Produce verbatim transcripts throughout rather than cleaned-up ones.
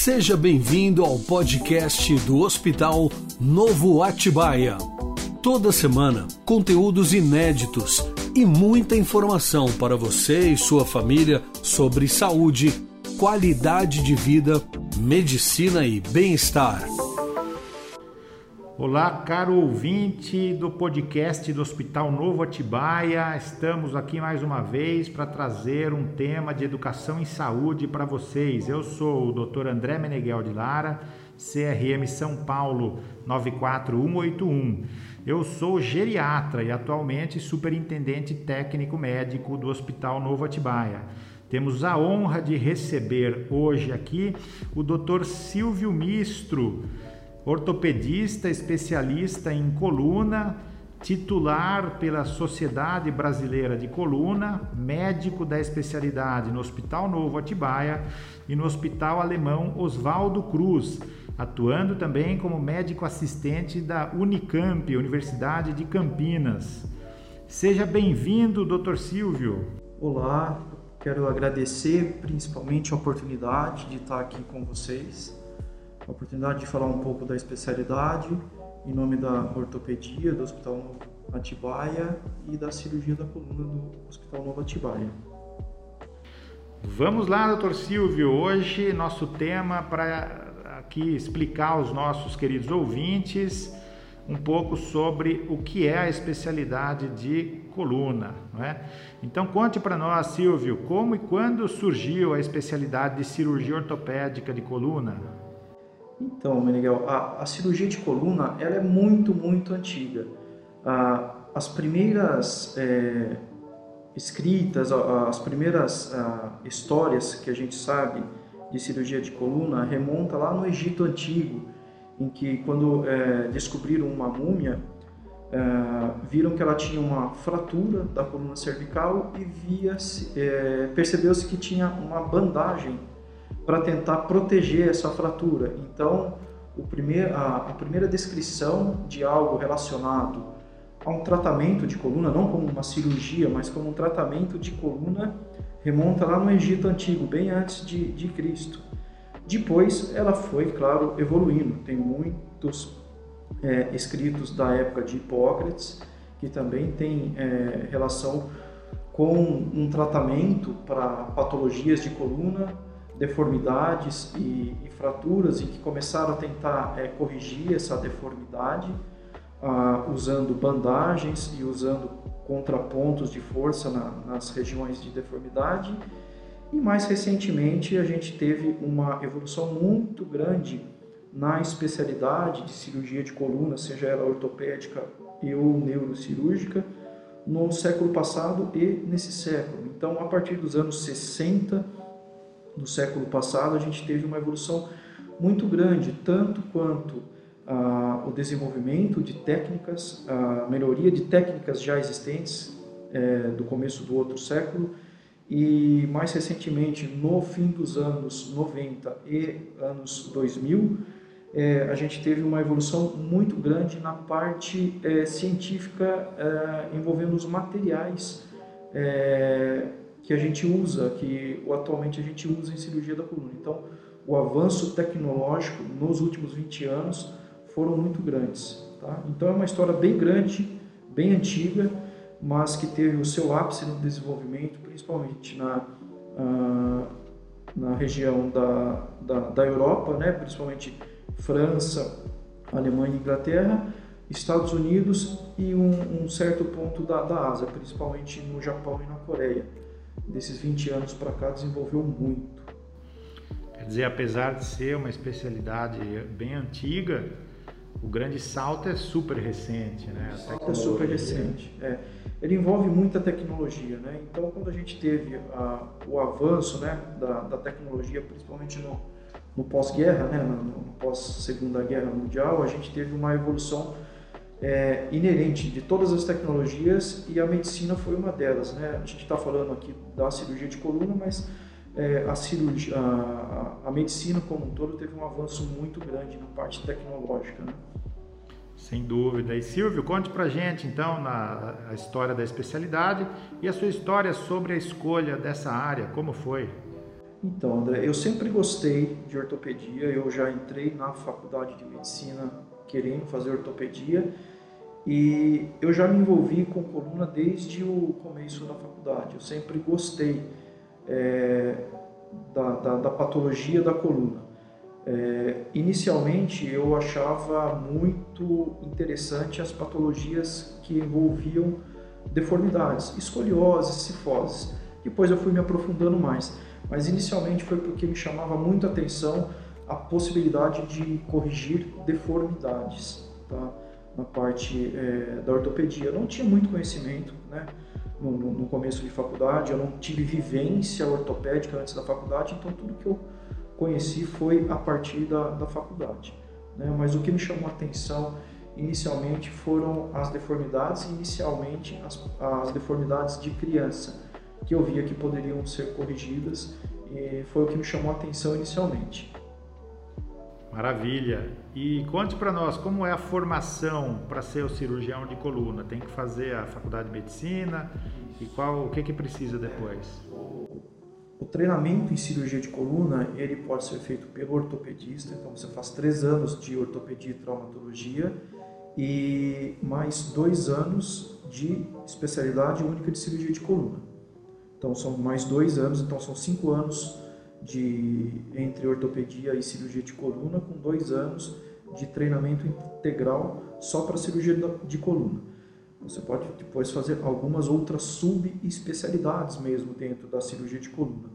Seja bem-vindo ao podcast do Hospital Novo Atibaia. Toda semana, conteúdos inéditos e muita informação para você e sua família sobre saúde, qualidade de vida, medicina e bem-estar. Olá, caro ouvinte do podcast do Hospital Novo Atibaia. Estamos aqui mais uma vez para trazer um tema de educação em saúde para vocês. Eu sou o doutor André Meneghel de Lara, C R M São Paulo nove quatro um oito um. Eu sou geriatra e atualmente superintendente técnico médico do Hospital Novo Atibaia. Temos a honra de receber hoje aqui o doutor Silvio Mistro, ortopedista, especialista em coluna, titular pela Sociedade Brasileira de Coluna, médico da especialidade no Hospital Novo Atibaia e no Hospital Alemão Oswaldo Cruz, atuando também como médico assistente da Unicamp, Universidade de Campinas. Seja bem-vindo, doutor Silvio. Olá, quero agradecer principalmente a oportunidade de estar aqui com vocês, a oportunidade de falar um pouco da especialidade em nome da ortopedia do Hospital Novo Atibaia e da cirurgia da coluna do Hospital Novo Atibaia. Vamos lá, doutor Silvio. Hoje nosso tema para aqui explicar aos nossos queridos ouvintes um pouco sobre o que é a especialidade de coluna, não é? Então conte para nós, Silvio, como e quando surgiu a especialidade de cirurgia ortopédica de coluna? Então, Meneghel, a, a cirurgia de coluna ela é muito, muito antiga. Ah, as primeiras é, escritas, as primeiras ah, histórias que a gente sabe de cirurgia de coluna remonta lá no Egito Antigo, em que quando é, descobriram uma múmia, é, viram que ela tinha uma fratura da coluna cervical e via, é, percebeu-se que tinha uma bandagem para tentar proteger essa fratura. Então, o primeir, a, a primeira descrição de algo relacionado a um tratamento de coluna, não como uma cirurgia, mas como um tratamento de coluna, remonta lá no Egito Antigo, bem antes de, de Cristo. Depois, ela foi, claro, evoluindo. Tem muitos é, escritos da época de Hipócrates, que também tem é, relação com um tratamento para patologias de coluna, deformidades e, e fraturas, e que começaram a tentar é, corrigir essa deformidade ah, usando bandagens e usando contrapontos de força na, nas regiões de deformidade. E mais recentemente a gente teve uma evolução muito grande na especialidade de cirurgia de coluna, seja ela ortopédica e ou neurocirúrgica, no século passado e nesse século. Então, a partir dos anos sessenta do século passado, a gente teve uma evolução muito grande, tanto quanto ah, o desenvolvimento de técnicas, a melhoria de técnicas já existentes é, do começo do outro século, e mais recentemente, no fim dos anos noventa e anos dois mil, é, a gente teve uma evolução muito grande na parte é, científica é, envolvendo os materiais é, que a gente usa, que atualmente a gente usa em cirurgia da coluna. Então, o avanço tecnológico nos últimos vinte anos foram muito grandes. Tá? Então, é uma história bem grande, bem antiga, mas que teve o seu ápice no desenvolvimento, principalmente na, uh, na região da, da, da Europa, né? Principalmente França, Alemanha e Inglaterra, Estados Unidos e um, um certo ponto da, da Ásia, principalmente no Japão e na Coreia. Desses vinte anos para cá desenvolveu muito. Quer dizer, apesar de ser uma especialidade bem antiga, o grande salto é super recente, né? O salto é super recente. É. Ele envolve muita tecnologia, né? Então, quando a gente teve a, o avanço, né, da, da tecnologia, principalmente no, no pós-guerra, né, no, no pós-segunda guerra mundial, a gente teve uma evolução É, inerente de todas as tecnologias, e a medicina foi uma delas, né? A gente está falando aqui da cirurgia de coluna, mas é, a, cirurgia, a, a medicina como um todo teve um avanço muito grande na parte tecnológica, né? Sem dúvida. E Silvio, conte pra gente então na, a história da especialidade e a sua história sobre a escolha dessa área, como foi? Então, André, eu sempre gostei de ortopedia, eu já entrei na faculdade de medicina querendo fazer ortopedia e eu já me envolvi com coluna desde o começo da faculdade. Eu sempre gostei é, da, da, da patologia da coluna. É, inicialmente eu achava muito interessante as patologias que envolviam deformidades, escoliose, cifose. Depois eu fui me aprofundando mais, mas inicialmente foi porque me chamava muito a atenção a possibilidade de corrigir deformidades, tá? Na parte é, da ortopedia. Eu não tinha muito conhecimento, né? no, no, no começo de faculdade, eu não tive vivência ortopédica antes da faculdade, então tudo que eu conheci foi a partir da, da faculdade, né? Mas o que me chamou a atenção inicialmente foram as deformidades, inicialmente as, as deformidades de criança, que eu via que poderiam ser corrigidas e foi o que me chamou a atenção inicialmente. Maravilha! E conte para nós como é a formação para ser o cirurgião de coluna. Tem que fazer a faculdade de medicina e qual, o que, que precisa depois? O treinamento em cirurgia de coluna, ele pode ser feito pelo ortopedista, então você faz três anos de ortopedia e traumatologia e mais dois anos de especialidade única de cirurgia de coluna. Então são mais dois anos, então são cinco anos de, entre ortopedia e cirurgia de coluna, com dois anos de treinamento integral só para cirurgia de coluna. Você pode depois fazer algumas outras subespecialidades mesmo dentro da cirurgia de coluna.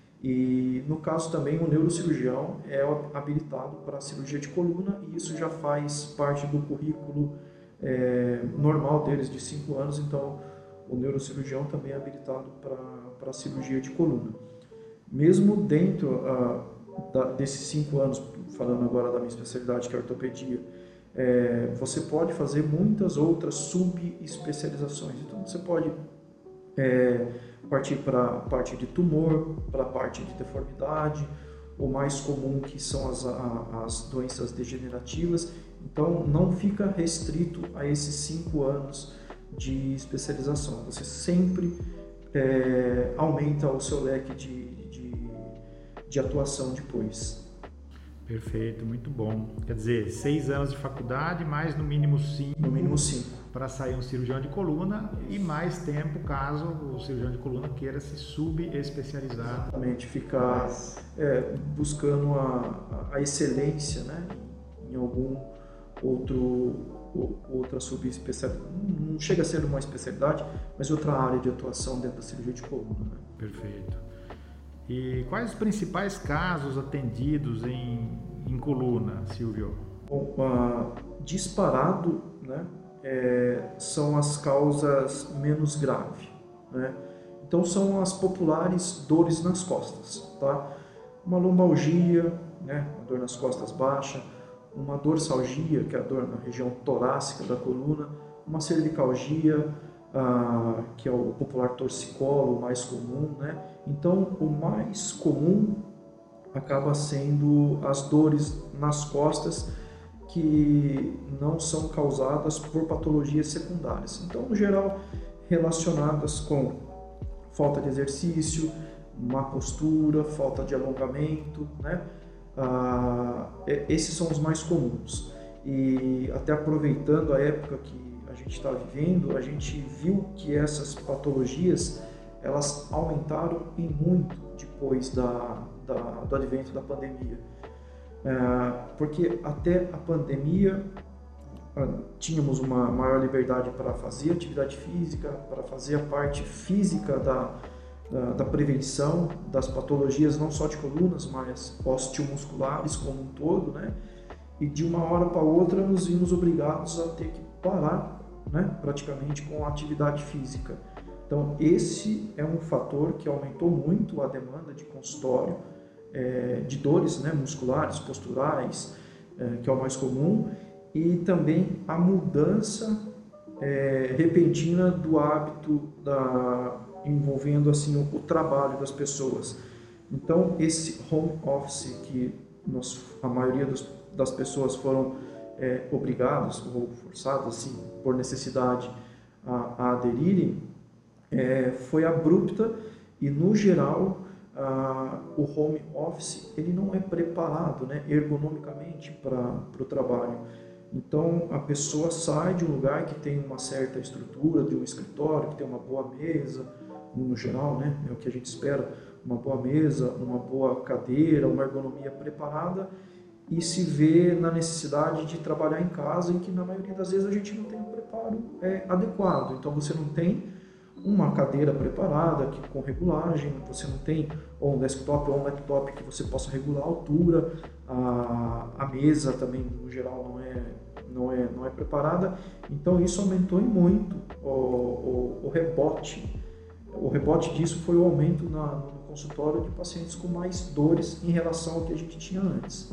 E no caso também o neurocirurgião é habilitado para a cirurgia de coluna e isso já faz parte do currículo é, normal deles de cinco anos, então o neurocirurgião também é habilitado para a cirurgia de coluna. Mesmo dentro uh, da, desses cinco anos, falando agora da minha especialidade que é a ortopedia, É, você pode fazer muitas outras subespecializações. Então você pode é, partir para a parte de tumor, para a parte de deformidade, o mais comum que são as, a, as doenças degenerativas. Então não fica restrito a esses cinco anos de especialização. Você sempre é, aumenta o seu leque de, de, de atuação depois. Perfeito, muito bom. Quer dizer, seis anos de faculdade, mais no mínimo cinco. No mínimo cinco. Para sair um cirurgião de coluna e mais tempo caso o cirurgião de coluna queira se subespecializar. Exatamente, ficar é, buscando a, a excelência, né, em algum outro, outra subespecialidade. Não chega a ser uma especialidade, mas outra área de atuação dentro da cirurgia de coluna. Né? Perfeito. E quais os principais casos atendidos em, em coluna, Silvio? Bom, uh, disparado, né, é, são as causas menos graves, né? Então são as populares dores nas costas, tá? Uma lombalgia, né, uma dor nas costas baixa, uma dorsalgia, que é a dor na região torácica da coluna, uma cervicalgia, Ah, que é o popular torcicolo, o mais comum, né? Então, o mais comum acaba sendo as dores nas costas que não são causadas por patologias secundárias. Então, no geral, relacionadas com falta de exercício, má postura, falta de alongamento, né? Ah, esses são os mais comuns. E até aproveitando a época que a gente está vivendo, a gente viu que essas patologias elas aumentaram em muito depois da, da, do advento da pandemia. É, porque até a pandemia tínhamos uma maior liberdade para fazer atividade física, para fazer a parte física da, da, da prevenção das patologias, não só de colunas, mas osteomusculares como um todo, né? E de uma hora para outra nos vimos obrigados a ter que parar, né, praticamente com a atividade física. Então esse é um fator que aumentou muito a demanda de consultório, é, de dores, né, musculares, posturais, é, que é o mais comum, e também a mudança é, repentina do hábito da, envolvendo assim, o, o trabalho das pessoas. Então esse home office que nós, a maioria dos, das pessoas foram É, obrigados ou forçados assim, por necessidade a, a aderirem, é, foi abrupta e no geral ah, o home office ele não é preparado, né, ergonomicamente para o trabalho. Então a pessoa sai de um lugar que tem uma certa estrutura, de um escritório, que tem uma boa mesa, no geral, né, é o que a gente espera, uma boa mesa, uma boa cadeira, uma ergonomia preparada, e se vê na necessidade de trabalhar em casa, em que na maioria das vezes a gente não tem um preparo é, adequado. Então você não tem uma cadeira preparada que, com regulagem, você não tem ou um desktop ou um laptop que você possa regular a altura, a, a mesa também no geral não é, não é, não é preparada. Então isso aumentou em muito o, o, o rebote. O rebote disso foi o aumento na, no consultório de pacientes com mais dores em relação ao que a gente tinha antes.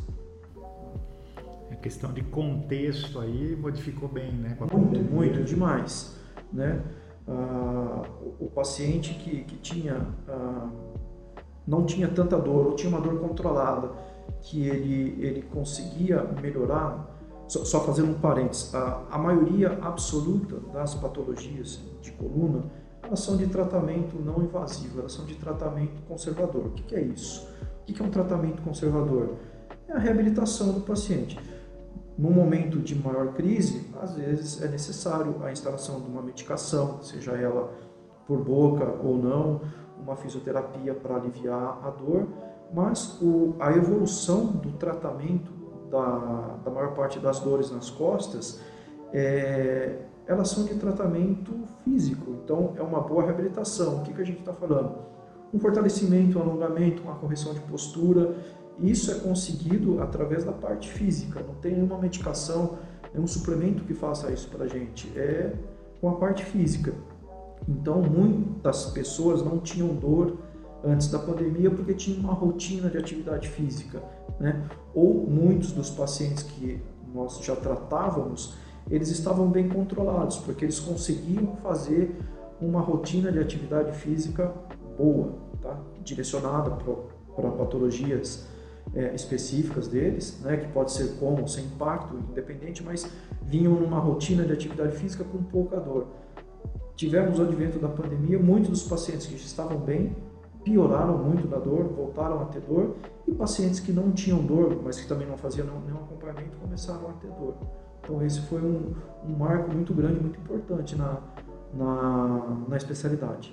A questão de contexto aí modificou bem, né? Com a muito, pandemia. muito demais, né? Ah, o, o paciente que, que tinha, ah, não tinha tanta dor, ou tinha uma dor controlada, que ele, ele conseguia melhorar, só, só fazendo um parênteses, a, a maioria absoluta das patologias de coluna, elas são de tratamento não invasivo, elas são de tratamento conservador. O que, que é isso? O que, que é um tratamento conservador? É a reabilitação do paciente. No momento de maior crise, às vezes é necessário a instalação de uma medicação, seja ela por boca ou não, uma fisioterapia para aliviar a dor, mas o, a evolução do tratamento da, da maior parte das dores nas costas, é, elas são de tratamento físico, então é uma boa reabilitação. O que, que a gente está falando? Um fortalecimento, um alongamento, uma correção de postura. Isso é conseguido através da parte física, não tem nenhuma medicação, nenhum suplemento que faça isso para a gente, é com a parte física. Então, muitas pessoas não tinham dor antes da pandemia porque tinham uma rotina de atividade física, né? Ou muitos dos pacientes que nós já tratávamos, eles estavam bem controlados, porque eles conseguiam fazer uma rotina de atividade física boa, tá? Direcionada para patologias É, específicas deles, né, que pode ser com ou sem impacto, independente, mas vinham numa rotina de atividade física com pouca dor. Tivemos o advento da pandemia, muitos dos pacientes que estavam bem pioraram muito da dor, voltaram a ter dor, e pacientes que não tinham dor, mas que também não faziam nenhum acompanhamento, começaram a ter dor. Então esse foi um, um marco muito grande, muito importante na, na, na especialidade.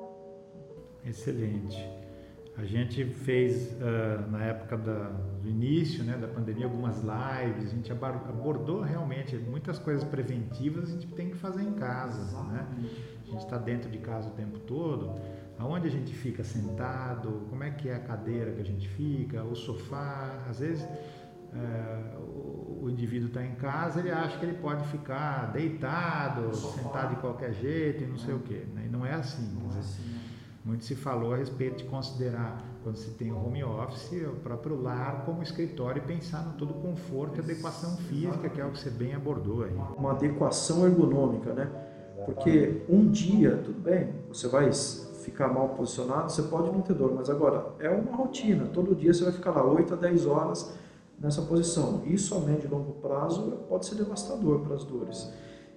Excelente. A gente fez, uh, na época da, do início, né, da pandemia, algumas lives, a gente abordou realmente muitas coisas preventivas, a gente tem que fazer em casa, né? A gente está dentro de casa o tempo todo, aonde a gente fica sentado, como é que é a cadeira que a gente fica, o sofá, às vezes uh, o, o indivíduo está em casa, ele acha que ele pode ficar deitado, sentado de qualquer jeito e não sei o quê, né? E não é assim, quer dizer, muito se falou a respeito de considerar, quando se tem o home office, o próprio lar como escritório e pensar no todo o conforto e adequação física, que é o que você bem abordou aí. Uma adequação ergonômica, né? Porque um dia, tudo bem, você vai ficar mal posicionado, você pode não ter dor, mas agora é uma rotina, todo dia você vai ficar lá oito a dez horas nessa posição. Isso a médio e longo prazo pode ser devastador para as dores.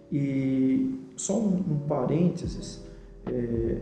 E só um, um parênteses, é,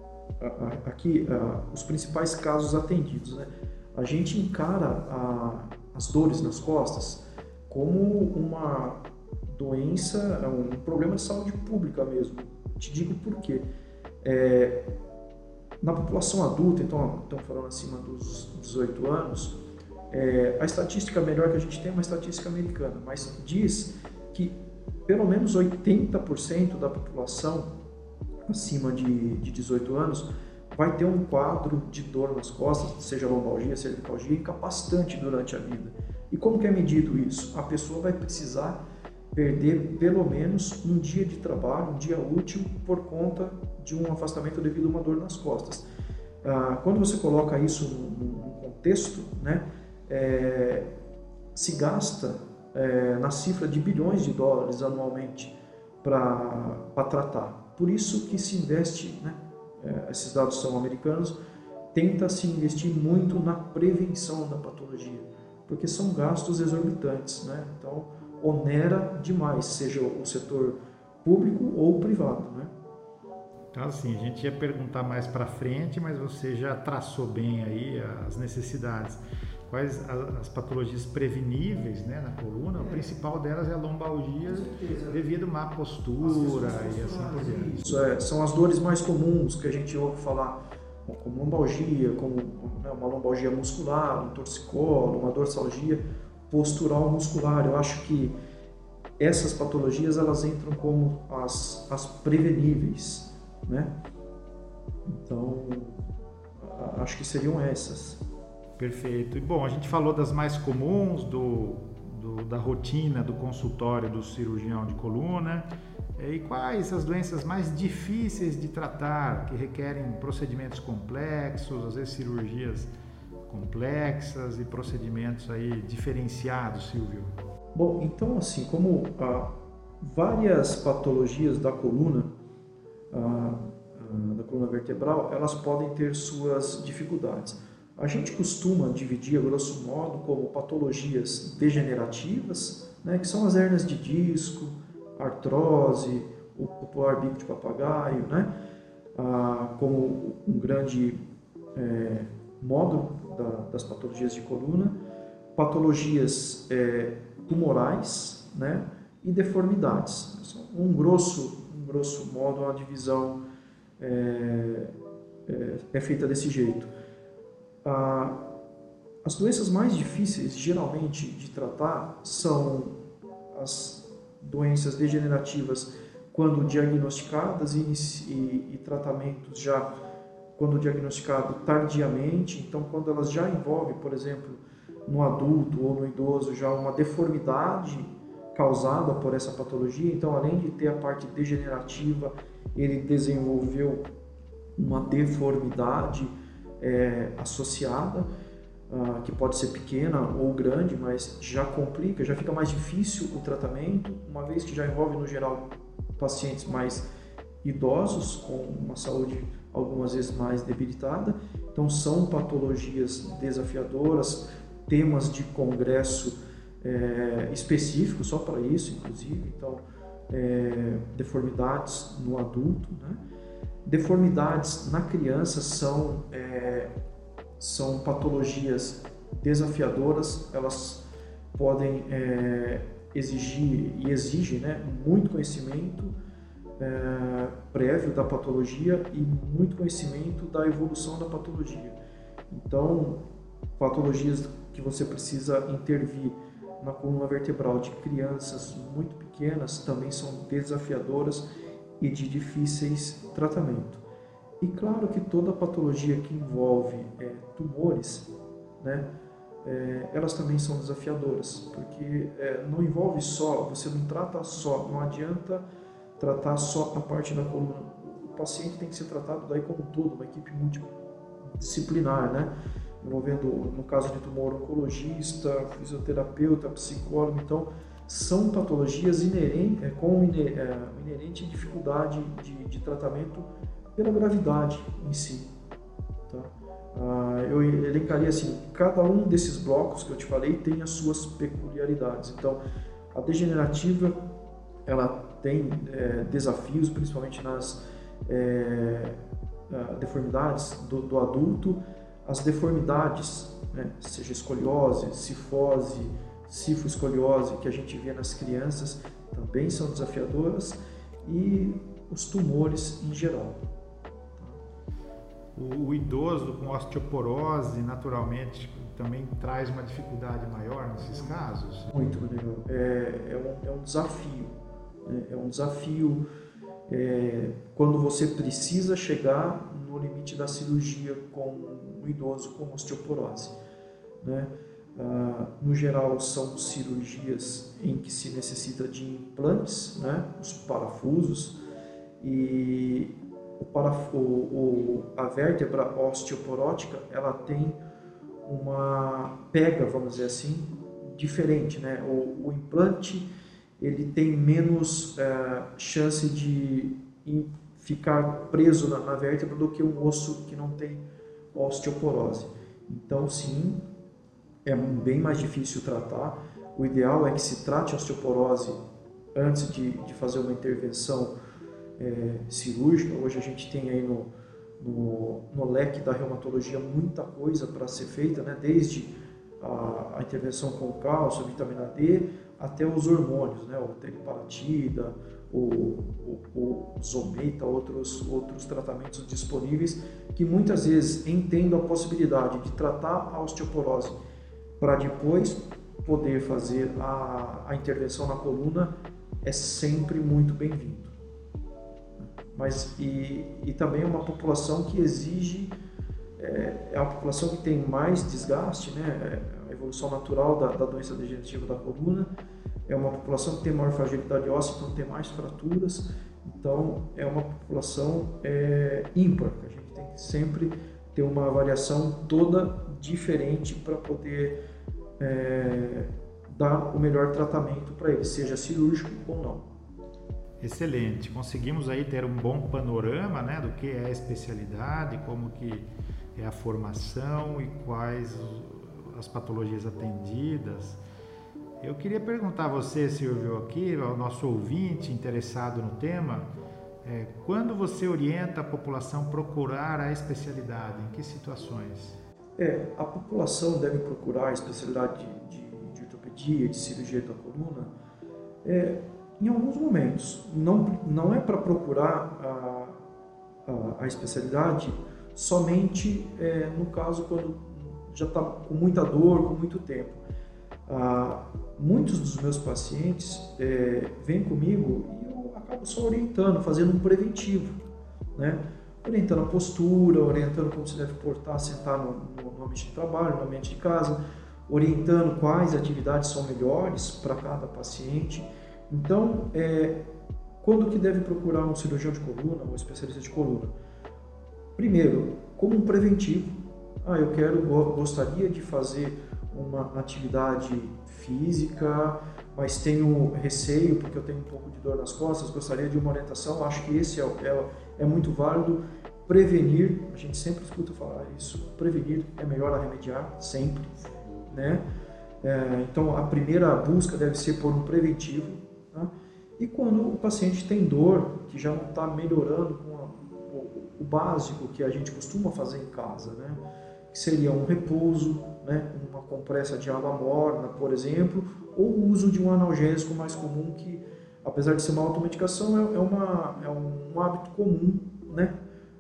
aqui os principais casos atendidos, né? A gente encara a, as dores nas costas como uma doença, um problema de saúde pública mesmo. Te digo por quê. É, na população adulta, então estamos falando acima dos dezoito anos, é, a estatística melhor que a gente tem é uma estatística americana, mas diz que pelo menos oitenta por cento da população acima de, de dezoito anos vai ter um quadro de dor nas costas, seja lombalgia, cervicalgia, incapacitante durante a vida. E como que é medido isso? A pessoa vai precisar perder pelo menos um dia de trabalho, um dia útil, por conta de um afastamento devido a uma dor nas costas. Ah, quando você coloca isso num contexto, né, é, se gasta é, na cifra de bilhões de dólares anualmente para tratar. Por isso que se investe, né, esses dados são americanos, tenta se investir muito na prevenção da patologia, porque são gastos exorbitantes, né? Então onera demais, seja o setor público ou privado, né? Então, assim, a gente ia perguntar mais para frente, mas você já traçou bem aí as necessidades. Quais as patologias preveníveis, né, na coluna? É. O principal delas é a lombalgia, devido a má postura e assim por diante. Isso é, são as dores mais comuns que a gente ouve falar, como lombalgia, como, né, uma lombalgia muscular, um torcicolo, uma dorsalgia postural muscular. Eu acho que essas patologias elas entram como as, as preveníveis, né? Então, acho que seriam essas. Perfeito. E bom, a gente falou das mais comuns, do, do, da rotina do consultório do cirurgião de coluna. E quais as doenças mais difíceis de tratar, que requerem procedimentos complexos, às vezes cirurgias complexas e procedimentos aí diferenciados, Silvio? Bom, então assim, como ah, várias patologias da coluna, ah, ah, da coluna vertebral, elas podem ter suas dificuldades. A gente costuma dividir, a grosso modo, como patologias degenerativas, né, que são as hérnias de disco, artrose, o popular bico de papagaio, né, ah, como um grande é, módulo da, das patologias de coluna, patologias é, tumorais, né, e deformidades. Um grosso, um grosso modo, a divisão é, é, é feita desse jeito. Ah, as doenças mais difíceis, geralmente, de tratar são as doenças degenerativas quando diagnosticadas e, e, e tratamentos já quando diagnosticado tardiamente. Então, quando elas já envolvem, por exemplo, no adulto ou no idoso, já uma deformidade causada por essa patologia. Então, além de ter a parte degenerativa, ele desenvolveu uma deformidade É, associada, uh, que pode ser pequena ou grande, mas já complica, já fica mais difícil o tratamento, uma vez que já envolve, no geral, pacientes mais idosos, com uma saúde algumas vezes mais debilitada. Então, são patologias desafiadoras, temas de congresso é, específicos só para isso, inclusive. Então, é, deformidades no adulto, né? Deformidades na criança são, é, são patologias desafiadoras, elas podem é, exigir e exigem, né, muito conhecimento é, prévio da patologia e muito conhecimento da evolução da patologia. Então, patologias que você precisa intervir na coluna vertebral de crianças muito pequenas também são desafiadoras e de difíceis tratamento. E claro que toda patologia que envolve é, tumores, né, é, elas também são desafiadoras, porque é, não envolve só, você não trata só, não adianta tratar só a parte da coluna. O paciente tem que ser tratado daí como um todo, uma equipe multidisciplinar, né, envolvendo, no caso de tumor, oncologista, fisioterapeuta, psicólogo. Então, são patologias inerentes, é, com inerente dificuldade de, de tratamento pela gravidade em si. Tá? Ah, eu elencaria assim, cada um desses blocos que eu te falei tem as suas peculiaridades. Então, a degenerativa, ela tem é, desafios, principalmente nas é, deformidades do, do adulto. As deformidades, né, seja escoliose, cifose, cifoescoliose, que a gente vê nas crianças, também são desafiadoras, e os tumores em geral. O, o idoso com osteoporose, naturalmente, também traz uma dificuldade maior nesses casos? Muito, Rodrigo. É, é, um, é um desafio. Né? É um desafio é, quando você precisa chegar no limite da cirurgia com um idoso com osteoporose. Né? Uh, no geral, são cirurgias em que se necessita de implantes, né, os parafusos, e o paraf... o, o, a vértebra osteoporótica, ela tem uma pega, vamos dizer assim, diferente, né? O, o implante, ele tem menos uh, chance de ficar preso na, na vértebra do que um osso que não tem osteoporose. Então, sim, é bem mais difícil tratar. O ideal é que se trate a osteoporose antes de, de fazer uma intervenção é, cirúrgica. Hoje a gente tem aí no, no, no leque da reumatologia muita coisa para ser feita, né? Desde a, a intervenção com o cálcio, a vitamina D, até os hormônios, né? O teriparatida, o, o, o Zometa, outros, outros tratamentos disponíveis que muitas vezes entendo a possibilidade de tratar a osteoporose para depois poder fazer a, a intervenção na coluna é sempre muito bem-vindo. Mas e, e também é uma população que exige, é, é uma população que tem mais desgaste, né? A evolução natural da, da doença degenerativa da coluna, é uma população que tem maior fragilidade óssea, então tem mais fraturas, então é uma população é, ímpar, a gente tem que sempre ter uma avaliação toda diferente para poder é, dar o melhor tratamento para ele, seja cirúrgico ou não. Excelente, conseguimos aí ter um bom panorama, né, do que é a especialidade, como que é a formação e quais as patologias atendidas. Eu queria perguntar a você, Silvio, aqui, ao nosso ouvinte interessado no tema, é, quando você orienta a população a procurar a especialidade, em que situações? É, a população deve procurar a especialidade de, de, de ortopedia, de cirurgia da coluna, é, em alguns momentos. Não, não é para procurar a, a, a especialidade somente é, no caso quando já está com muita dor, com muito tempo. Ah, muitos dos meus pacientes é, vêm comigo e eu acabo só orientando, fazendo um preventivo, né? Orientando a postura, orientando como se deve portar, sentar no, no ambiente de trabalho, no ambiente de casa, orientando quais atividades são melhores para cada paciente. Então, é, quando que deve procurar um cirurgião de coluna ou um especialista de coluna? Primeiro, como um preventivo. Ah, eu quero, gostaria de fazer uma atividade física, mas tenho receio porque eu tenho um pouco de dor nas costas, gostaria de uma orientação. Acho que esse é, é, é muito válido. Prevenir, a gente sempre escuta falar isso, prevenir é melhor a remediar, sempre, né? É, então, a primeira busca deve ser por um preventivo, tá? E quando o paciente tem dor, que já não está melhorando com a, o, o básico que a gente costuma fazer em casa, né? Que seria um repouso, né? Uma compressa de água morna, por exemplo, ou o uso de um analgésico mais comum que, apesar de ser uma automedicação, é, é, uma, é um hábito comum, né?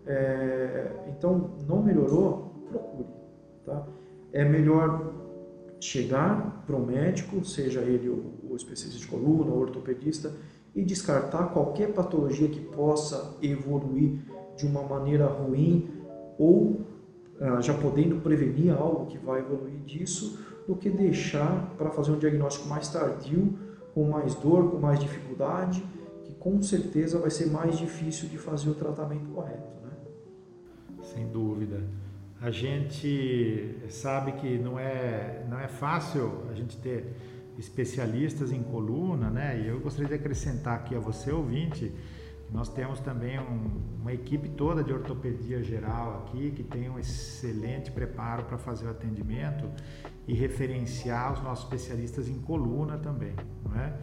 É, então, não melhorou, procure, tá? É melhor chegar para o médico, seja ele o, o especialista de coluna, o ortopedista, e descartar qualquer patologia que possa evoluir de uma maneira ruim ou ah, já podendo prevenir algo que vai evoluir disso, do que deixar para fazer um diagnóstico mais tardio, com mais dor, com mais dificuldade, que com certeza vai ser mais difícil de fazer o tratamento correto, né? Sem dúvida. A gente sabe que não é, não é fácil a gente ter especialistas em coluna, né? E eu gostaria de acrescentar aqui a você, ouvinte, que nós temos também um, uma equipe toda de ortopedia geral aqui, que tem um excelente preparo para fazer o atendimento e referenciar os nossos especialistas em coluna também, não é?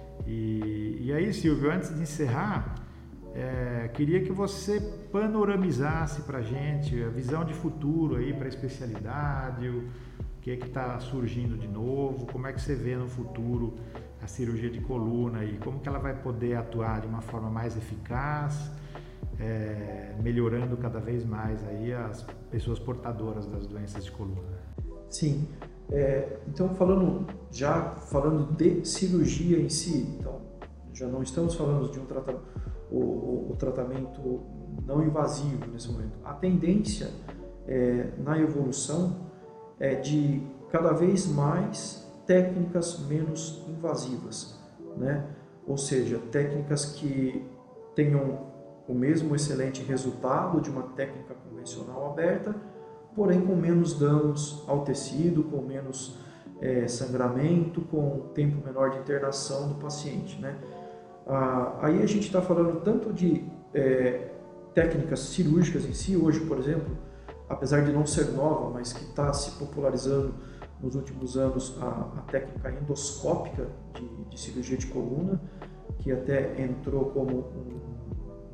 E, e aí, Silvio, antes de encerrar, É, queria que você panoramizasse para a gente a visão de futuro aí para a especialidade, o que é que está surgindo de novo, como é que você vê no futuro a cirurgia de coluna e como que ela vai poder atuar de uma forma mais eficaz, é, melhorando cada vez mais aí as pessoas portadoras das doenças de coluna. Sim, é, então falando já falando de cirurgia em si, então já não estamos falando de um tratamento O, o, o tratamento não invasivo nesse momento. A tendência é, na evolução é de cada vez mais técnicas menos invasivas, né? Ou seja, técnicas que tenham o mesmo excelente resultado de uma técnica convencional aberta, porém com menos danos ao tecido, com menos é, sangramento, com tempo menor de internação do paciente, né? Ah, aí a gente está falando tanto de é, técnicas cirúrgicas em si. Hoje, por exemplo, apesar de não ser nova, mas que está se popularizando nos últimos anos, a, a técnica endoscópica de, de cirurgia de coluna, que até entrou como um,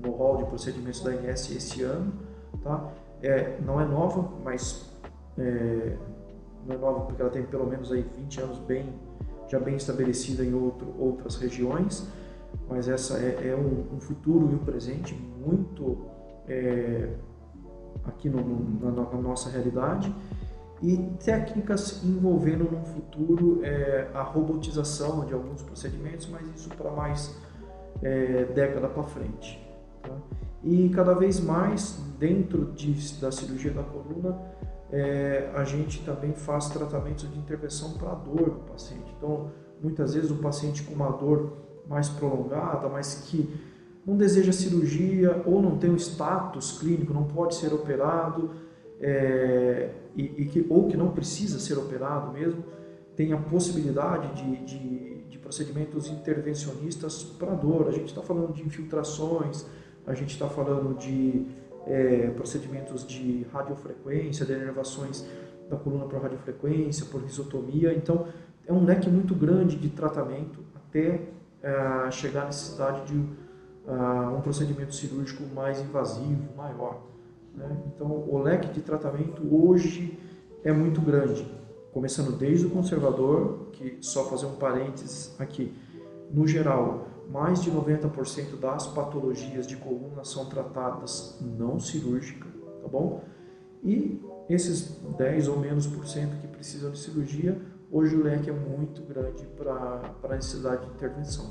no hall de procedimentos da A N S esse ano. Tá? É, não é nova, mas é, não é nova porque ela tem pelo menos aí vinte anos bem, já bem estabelecida em outro, outras regiões, mas essa é, é um, um futuro e um presente muito é, aqui no, no, na, na nossa realidade, e técnicas envolvendo no futuro é, a robotização de alguns procedimentos, mas isso para mais é, década para frente. Tá? E cada vez mais dentro de, da cirurgia da coluna, é, a gente também faz tratamentos de intervenção para a dor do paciente. Então, muitas vezes o paciente com uma dor mais prolongada, mas que não deseja cirurgia ou não tem um status clínico, não pode ser operado, é, e, e que, ou que não precisa ser operado mesmo, tem a possibilidade de, de, de procedimentos intervencionistas para dor. A gente está falando de infiltrações, a gente está falando de é, procedimentos de radiofrequência, de inervações da coluna por radiofrequência, por risotomia. Então, é um leque muito grande de tratamento até é, chegar à necessidade de uh, um procedimento cirúrgico mais invasivo, maior. Né? Então, o leque de tratamento hoje é muito grande, começando desde o conservador, que só fazer um parênteses aqui, no geral, mais de noventa por cento das patologias de coluna são tratadas não cirúrgica, tá bom? E esses dez ou menos por cento que precisam de cirurgia, hoje o leque é muito grande para a necessidade de intervenção.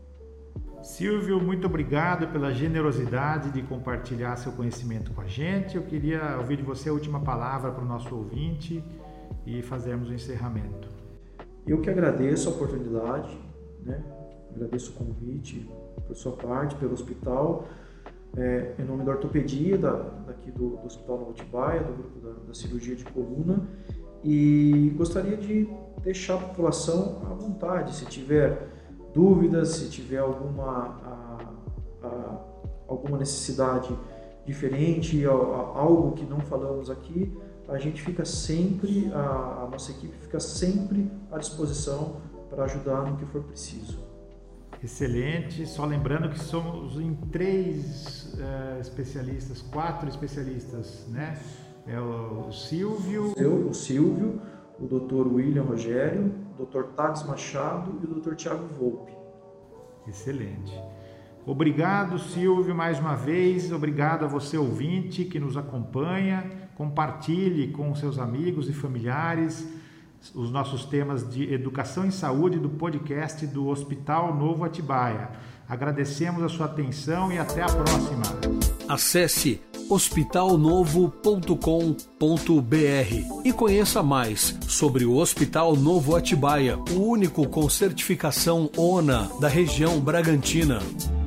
Silvio, muito obrigado pela generosidade de compartilhar seu conhecimento com a gente. Eu queria ouvir de você a última palavra para o nosso ouvinte e fazermos o encerramento. Eu que agradeço a oportunidade, né? Agradeço o convite por sua parte, pelo hospital, é, em nome da ortopedia da, daqui do, do Hospital Novo Atibaia, do grupo da, da cirurgia de coluna, e gostaria de deixar a população à vontade, se tiver dúvidas, se tiver alguma, a, a, alguma necessidade diferente, a, a, algo que não falamos aqui, a gente fica sempre, a, a nossa equipe fica sempre à disposição para ajudar no que for preciso. Excelente, só lembrando que somos em três uh, especialistas, quatro especialistas, né? É o Silvio... Eu, o Silvio, o doutor William Rogério, o doutor Thales Machado e o doutor Tiago Volpe. Excelente. Obrigado, Silvio, mais uma vez. Obrigado a você, ouvinte, que nos acompanha. Compartilhe com seus amigos e familiares os nossos temas de educação em saúde do podcast do Hospital Novo Atibaia. Agradecemos a sua atenção e até a próxima. Acesse hospital novo ponto com ponto b r e conheça mais sobre o Hospital Novo Atibaia, o único com certificação O N A da região Bragantina.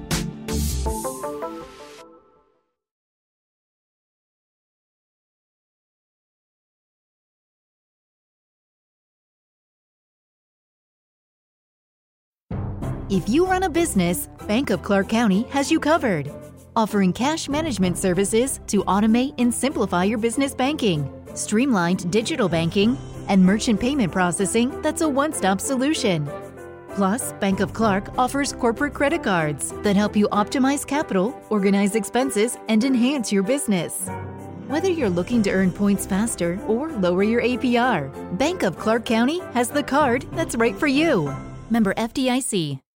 If you run a business, Bank of Clark County has you covered. Offering cash management services to automate and simplify your business banking, streamlined digital banking, and merchant payment processing that's a one-stop solution. Plus, Bank of Clark offers corporate credit cards that help you optimize capital, organize expenses, and enhance your business. Whether you're looking to earn points faster or lower your A P R, Bank of Clark County has the card that's right for you. Member F D I C.